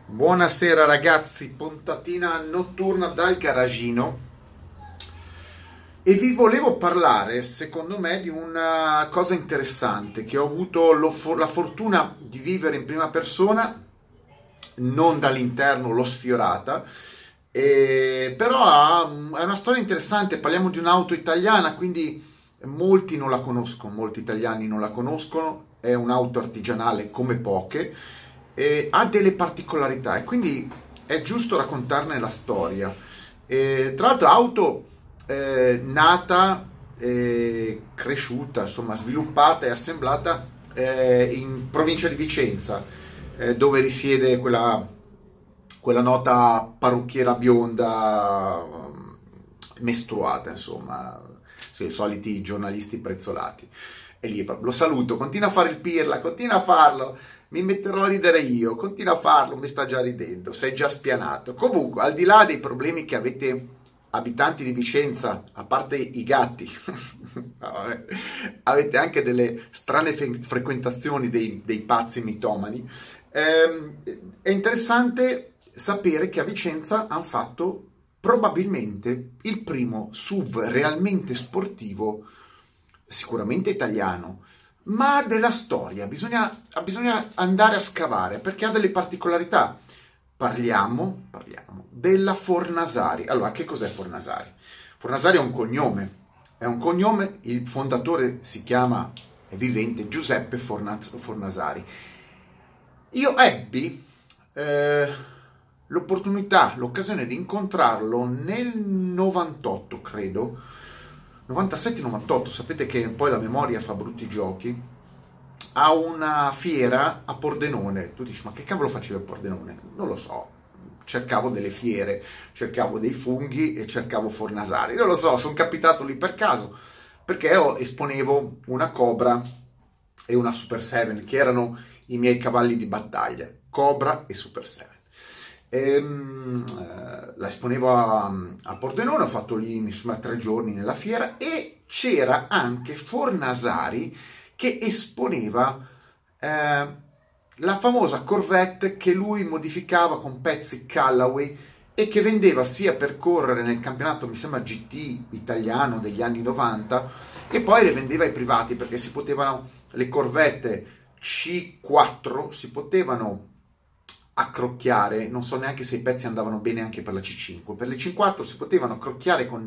Buonasera ragazzi, puntatina notturna dal garagino e vi volevo parlare, secondo me, di una cosa interessante che ho avuto la fortuna di vivere in prima persona, non dall'interno, l'ho sfiorata, però è una storia interessante. Parliamo di un'auto italiana, quindi molti non la conoscono, molti italiani non la conoscono, è un'auto artigianale come poche, e ha delle particolarità e quindi è giusto raccontarne la storia. Tra l'altro auto nata, cresciuta, insomma sviluppata e assemblata in provincia di Vicenza, dove risiede quella nota parrucchiera bionda, mestruata, insomma, i soliti giornalisti prezzolati. E lì lo saluto, continua a fare il pirla, continua a farlo, mi metterò a ridere io, continua a farlo, mi sta già ridendo, sei già spianato. Comunque, al di là dei problemi che avete abitanti di Vicenza, a parte i gatti, avete anche delle strane frequentazioni dei pazzi mitomani. È interessante sapere che a Vicenza hanno fatto probabilmente il primo SUV realmente sportivo, sicuramente italiano, ma della storia. Bisogna andare a scavare perché ha delle particolarità. Parliamo della Fornasari. Allora, che cos'è Fornasari? Fornasari è un cognome, il fondatore si chiama, è vivente, Giuseppe Fornasari. Io ebbi l'occasione di incontrarlo nel 98, credo, 97-98, sapete che poi la memoria fa brutti giochi, a una fiera a Pordenone. Tu dici, ma che cavolo facevo a Pordenone? Non lo so, cercavo delle fiere, cercavo dei funghi e cercavo Fornasari, non lo so, sono capitato lì per caso, perché esponevo una Cobra e una Super 7, che erano i miei cavalli di battaglia, Cobra e Super 7. La esponevo a Pordenone, ho fatto lì mi sembra 3 giorni nella fiera, e c'era anche Fornasari che esponeva la famosa Corvette che lui modificava con pezzi Callaway e che vendeva sia per correre nel campionato, mi sembra GT italiano degli anni 90, e poi le vendeva ai privati, perché le Corvette C4 si potevano accrocchiare, non so neanche se i pezzi andavano bene anche per la C5, per le C4 si potevano accrocchiare con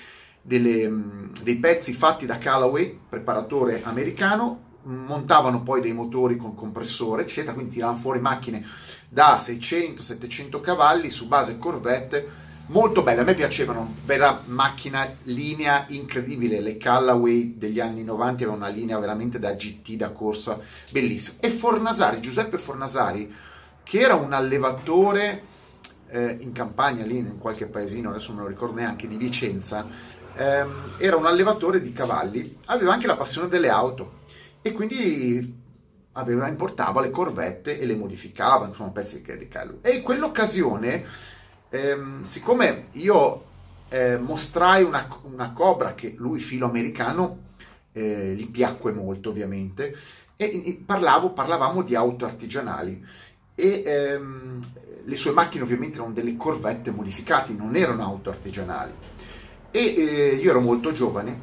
dei pezzi fatti da Callaway, preparatore americano, montavano poi dei motori con compressore, eccetera, quindi tiravano fuori macchine da 600-700 cavalli su base Corvette, molto belle, a me piacevano, vera macchina, linea incredibile. Le Callaway degli anni 90 avevano una linea veramente da GT, da corsa, bellissima. E Fornasari, Giuseppe Fornasari, che era un allevatore in campagna, lì in qualche paesino, adesso non lo ricordo neanche, di Vicenza, era un allevatore di cavalli, aveva anche la passione delle auto e quindi importava le Corvette e le modificava, insomma, pezzi di Callaway. E in quell'occasione, siccome io mostrai una Cobra che lui, filo americano, gli piacque molto ovviamente, e parlavamo di auto artigianali, e le sue macchine ovviamente erano delle Corvette modificate, non erano auto artigianali, e io ero molto giovane.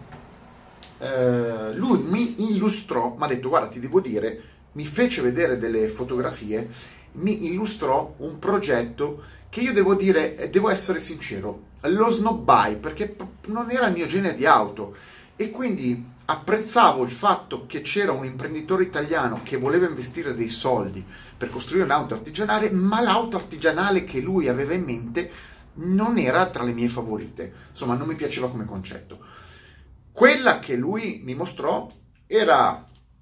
Lui mi illustrò, mi ha detto, guarda, ti devo dire, mi fece vedere delle fotografie, mi illustrò un progetto che io devo dire, devo essere sincero, lo snobbai perché non era il mio genere di auto, e quindi apprezzavo il fatto che c'era un imprenditore italiano che voleva investire dei soldi per costruire un'auto artigianale, ma l'auto artigianale che lui aveva in mente non era tra le mie favorite, insomma non mi piaceva come concetto. Quella che lui mi mostrò era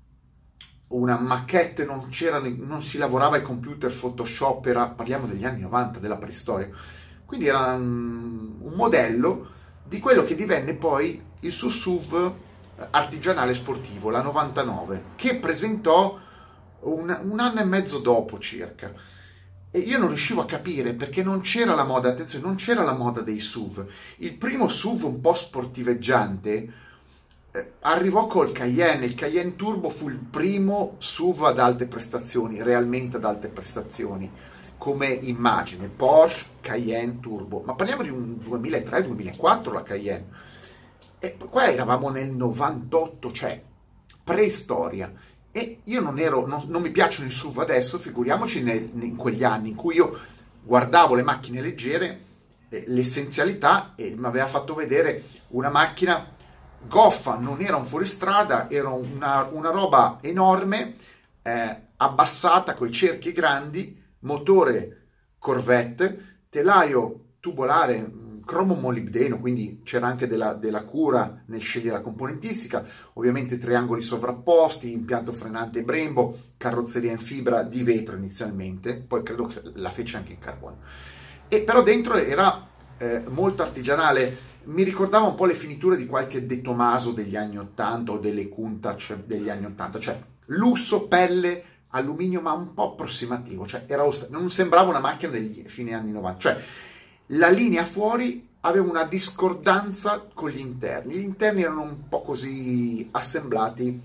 una maquette, non si lavorava ai computer, Photoshop, parliamo degli anni 90, della preistoria, quindi era un modello di quello che divenne poi il suo SUV artigianale sportivo, la 99, che presentò un anno e mezzo dopo circa. E io non riuscivo a capire perché non c'era la moda, attenzione, non c'era la moda dei SUV. Il primo SUV un po' sportiveggiante arrivò col Cayenne. Il Cayenne Turbo fu il primo SUV ad alte prestazioni, realmente ad alte prestazioni, come immagine, Porsche Cayenne Turbo, ma parliamo di un 2003-2004 la Cayenne, e qua eravamo nel 98, cioè preistoria, e io non mi piacciono i SUV adesso, figuriamoci in quegli anni in cui io guardavo le macchine leggere, l'essenzialità, e mi aveva fatto vedere una macchina goffa, non era un fuoristrada, era una roba enorme, abbassata, coi cerchi grandi, motore Corvette, telaio tubolare cromo molibdeno, quindi c'era anche della cura nel scegliere la componentistica, ovviamente triangoli sovrapposti, impianto frenante Brembo, carrozzeria in fibra di vetro inizialmente, poi credo che la fece anche in carbonio, e però dentro era molto artigianale. Mi ricordava un po' le finiture di qualche De Tomaso degli anni 80 o delle Countach degli anni 80, cioè lusso, pelle, alluminio, ma un po' approssimativo, cioè non sembrava una macchina degli fine anni 90, cioè la linea fuori aveva una discordanza con gli interni erano un po' così assemblati.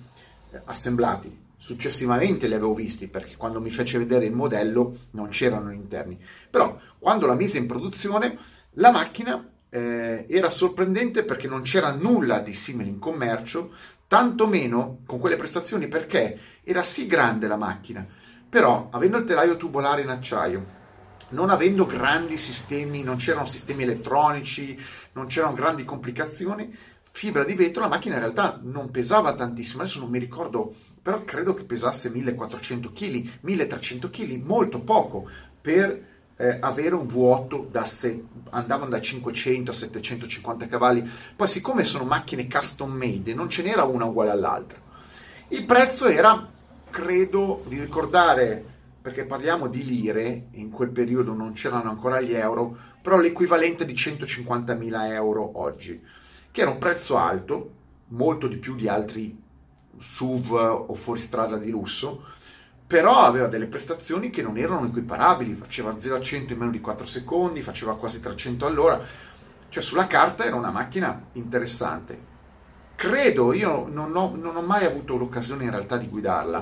Successivamente li avevo visti, perché quando mi fece vedere il modello non c'erano gli interni, però quando la mise in produzione la macchina era sorprendente, perché non c'era nulla di simile in commercio, tantomeno con quelle prestazioni, perché era sì grande la macchina, però avendo il telaio tubolare in acciaio, non avendo grandi sistemi, non c'erano sistemi elettronici, non c'erano grandi complicazioni, fibra di vetro, la macchina in realtà non pesava tantissimo, adesso non mi ricordo, però credo che pesasse 1400 kg, 1300 kg, molto poco per avere un V8 andavano da 500 a 750 cavalli, poi siccome sono macchine custom made non ce n'era una uguale all'altra. Il prezzo era, credo di ricordare, perché parliamo di lire, in quel periodo non c'erano ancora gli euro, però l'equivalente di 150.000 euro oggi, che era un prezzo alto, molto di più di altri SUV o fuoristrada di lusso, però aveva delle prestazioni che non erano equiparabili, faceva 0 a 100 in meno di 4 secondi, faceva quasi 300 all'ora, cioè sulla carta era una macchina interessante. Credo, io non ho mai avuto l'occasione in realtà di guidarla,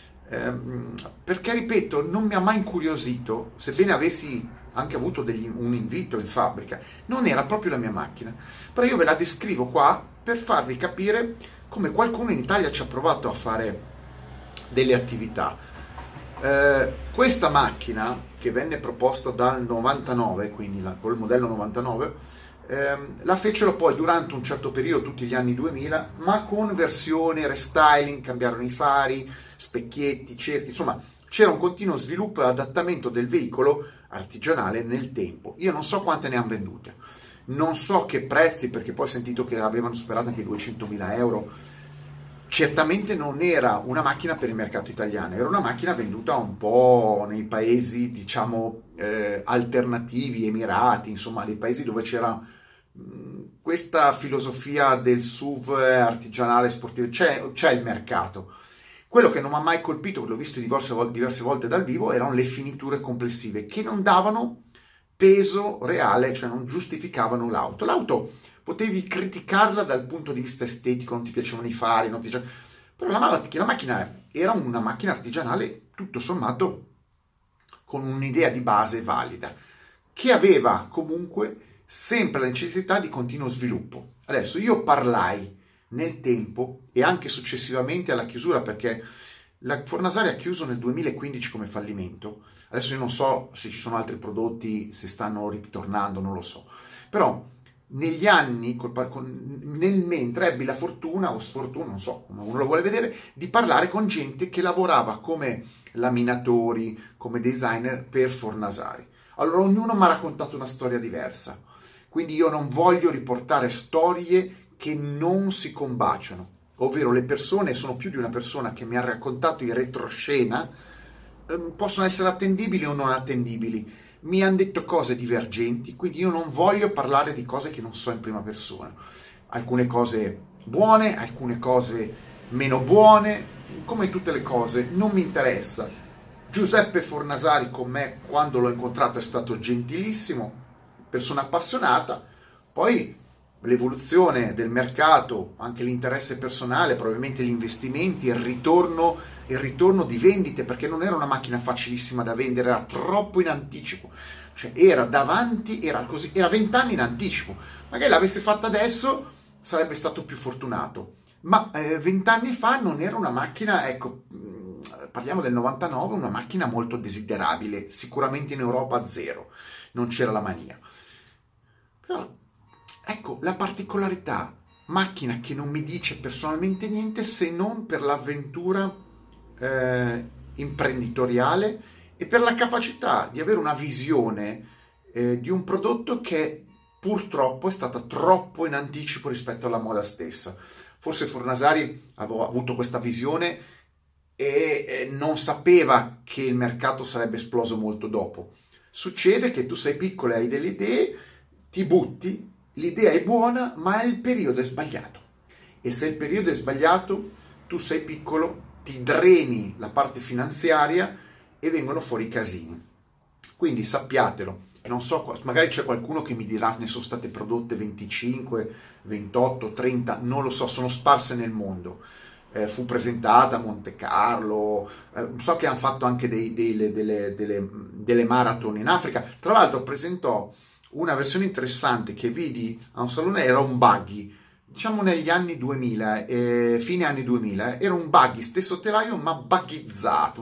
perché ripeto, non mi ha mai incuriosito, sebbene avessi anche avuto un invito in fabbrica, non era proprio la mia macchina, però io ve la descrivo qua per farvi capire come qualcuno in Italia ci ha provato a fare delle attività. Questa macchina, che venne proposta dal 99, quindi col modello 99, la fecero poi durante un certo periodo, tutti gli anni 2000, ma con versione restyling, cambiarono i fari, specchietti, cerchi, insomma c'era un continuo sviluppo e adattamento del veicolo artigianale nel tempo. Io non so quante ne hanno vendute, non so che prezzi, perché poi ho sentito che avevano superato anche i 200.000 euro. Certamente non era una macchina per il mercato italiano, era una macchina venduta un po' nei paesi, diciamo, alternativi, Emirati, insomma, dei paesi dove c'era questa filosofia del SUV artigianale sportivo, c'è il mercato. Quello che non mi ha mai colpito, l'ho visto diverse volte dal vivo, erano le finiture complessive, che non davano peso reale, cioè non giustificavano l'auto. L'auto potevi criticarla dal punto di vista estetico, non ti piacevano i fari, però la macchina era una macchina artigianale, tutto sommato, con un'idea di base valida, che aveva comunque sempre la necessità di continuo sviluppo. Adesso io parlai nel tempo e anche successivamente alla chiusura, perché la Fornasari ha chiuso nel 2015 come fallimento. Adesso io non so se ci sono altri prodotti, se stanno ritornando, non lo so, però negli anni, nel mentre ebbi la fortuna o sfortuna, non so come uno lo vuole vedere, di parlare con gente che lavorava come laminatori, come designer per Fornasari. Allora ognuno mi ha raccontato una storia diversa, quindi io non voglio riportare storie che non si combaciano, ovvero le persone, sono più di una persona che mi ha raccontato in retroscena, possono essere attendibili o non attendibili, mi hanno detto cose divergenti, quindi io non voglio parlare di cose che non so in prima persona. Alcune cose buone, alcune cose meno buone, come tutte le cose, non mi interessa. Giuseppe Fornasari con me, quando l'ho incontrato, è stato gentilissimo, persona appassionata, poi l'evoluzione del mercato, anche l'interesse personale, probabilmente gli investimenti, il ritorno di vendite, perché non era una macchina facilissima da vendere, era troppo in anticipo, cioè era davanti, era così, era 20 anni in anticipo. Magari l'avesse fatta adesso sarebbe stato più fortunato, ma 20 anni fa non era una macchina, ecco, parliamo del 99, una macchina molto desiderabile, sicuramente in Europa zero, non c'era la mania. Però ecco, la particolarità, macchina che non mi dice personalmente niente se non per l'avventura imprenditoriale e per la capacità di avere una visione di un prodotto che purtroppo è stata troppo in anticipo rispetto alla moda stessa. Forse Fornasari aveva avuto questa visione e non sapeva che il mercato sarebbe esploso molto dopo. Succede che tu sei piccolo e hai delle idee, ti butti, l'idea è buona, ma il periodo è sbagliato. E se il periodo è sbagliato, tu sei piccolo, ti dreni la parte finanziaria e vengono fuori i casini. Quindi sappiatelo. Non so, magari c'è qualcuno che mi dirà ne sono state prodotte 25, 28, 30, non lo so, sono sparse nel mondo. Fu presentata a Monte Carlo, so che hanno fatto anche delle marathon in Africa. Tra l'altro presentò una versione interessante che vidi a un salone, era un buggy, diciamo negli anni 2000, fine anni 2000, era un buggy, stesso telaio ma buggizzato,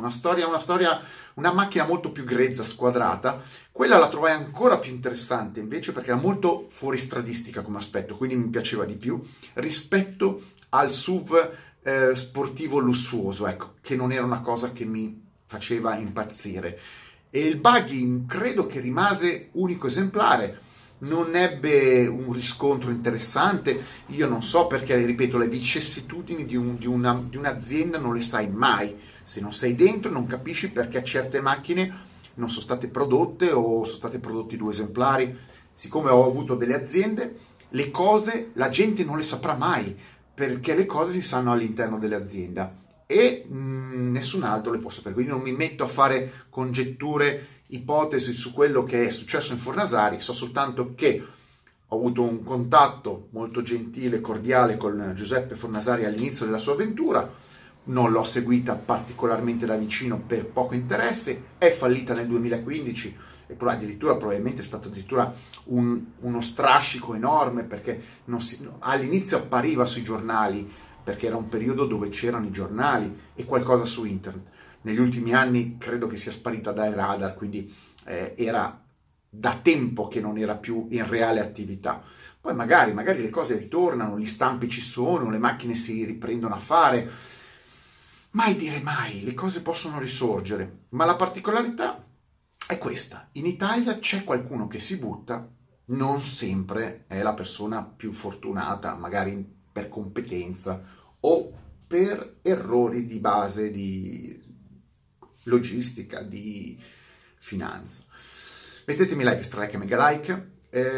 una macchina molto più grezza, squadrata. Quella la trovai ancora più interessante invece perché era molto fuoristradistica come aspetto, quindi mi piaceva di più rispetto al SUV sportivo lussuoso, ecco, che non era una cosa che mi faceva impazzire. E il buggy credo che rimase unico esemplare, non ebbe un riscontro interessante. Io non so perché, ripeto, le vicissitudini di un'azienda non le sai mai. Se non sei dentro non capisci perché certe macchine non sono state prodotte o sono stati prodotti 2 esemplari. Siccome ho avuto delle aziende, le cose la gente non le saprà mai, perché le cose si sanno all'interno dell'azienda e nessun altro le può sapere. Quindi non mi metto a fare congetture, ipotesi su quello che è successo in Fornasari, so soltanto che ho avuto un contatto molto gentile, cordiale con Giuseppe Fornasari all'inizio della sua avventura, non l'ho seguita particolarmente da vicino per poco interesse, è fallita nel 2015 e addirittura probabilmente è stato addirittura uno strascico enorme perché all'inizio appariva sui giornali perché era un periodo dove c'erano i giornali e qualcosa su internet. Negli ultimi anni credo che sia sparita dai radar, quindi era da tempo che non era più in reale attività. Poi magari le cose ritornano, gli stampi ci sono, le macchine si riprendono a fare. Mai dire mai, le cose possono risorgere, ma la particolarità è questa. In Italia c'è qualcuno che si butta, non sempre è la persona più fortunata, magari per competenza o per errori di base, di logistica, di finanza. Mettetemi like, strike e mega like.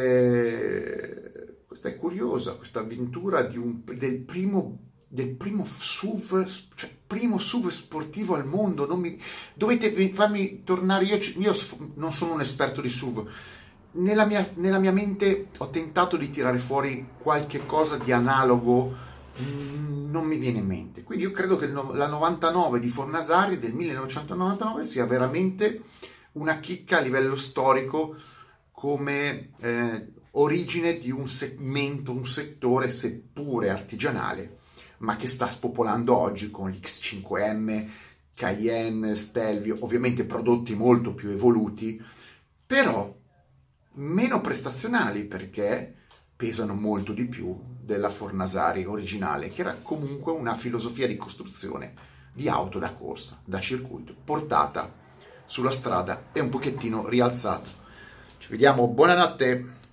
Questa è curiosa, questa avventura del primo SUV, cioè primo SUV sportivo al mondo. Dovete farmi tornare, io non sono un esperto di SUV. Nella mia mente ho tentato di tirare fuori qualche cosa di analogo, non mi viene in mente. Quindi io credo che la 99 di Fornasari del 1999 sia veramente una chicca a livello storico come origine di un segmento, un settore seppure artigianale, ma che sta spopolando oggi con l'X5M, Cayenne, Stelvio, ovviamente prodotti molto più evoluti, però meno prestazionali perché pesano molto di più della Fornasari originale, che era comunque una filosofia di costruzione di auto da corsa, da circuito, portata sulla strada e un pochettino rialzata. Ci vediamo, buonanotte!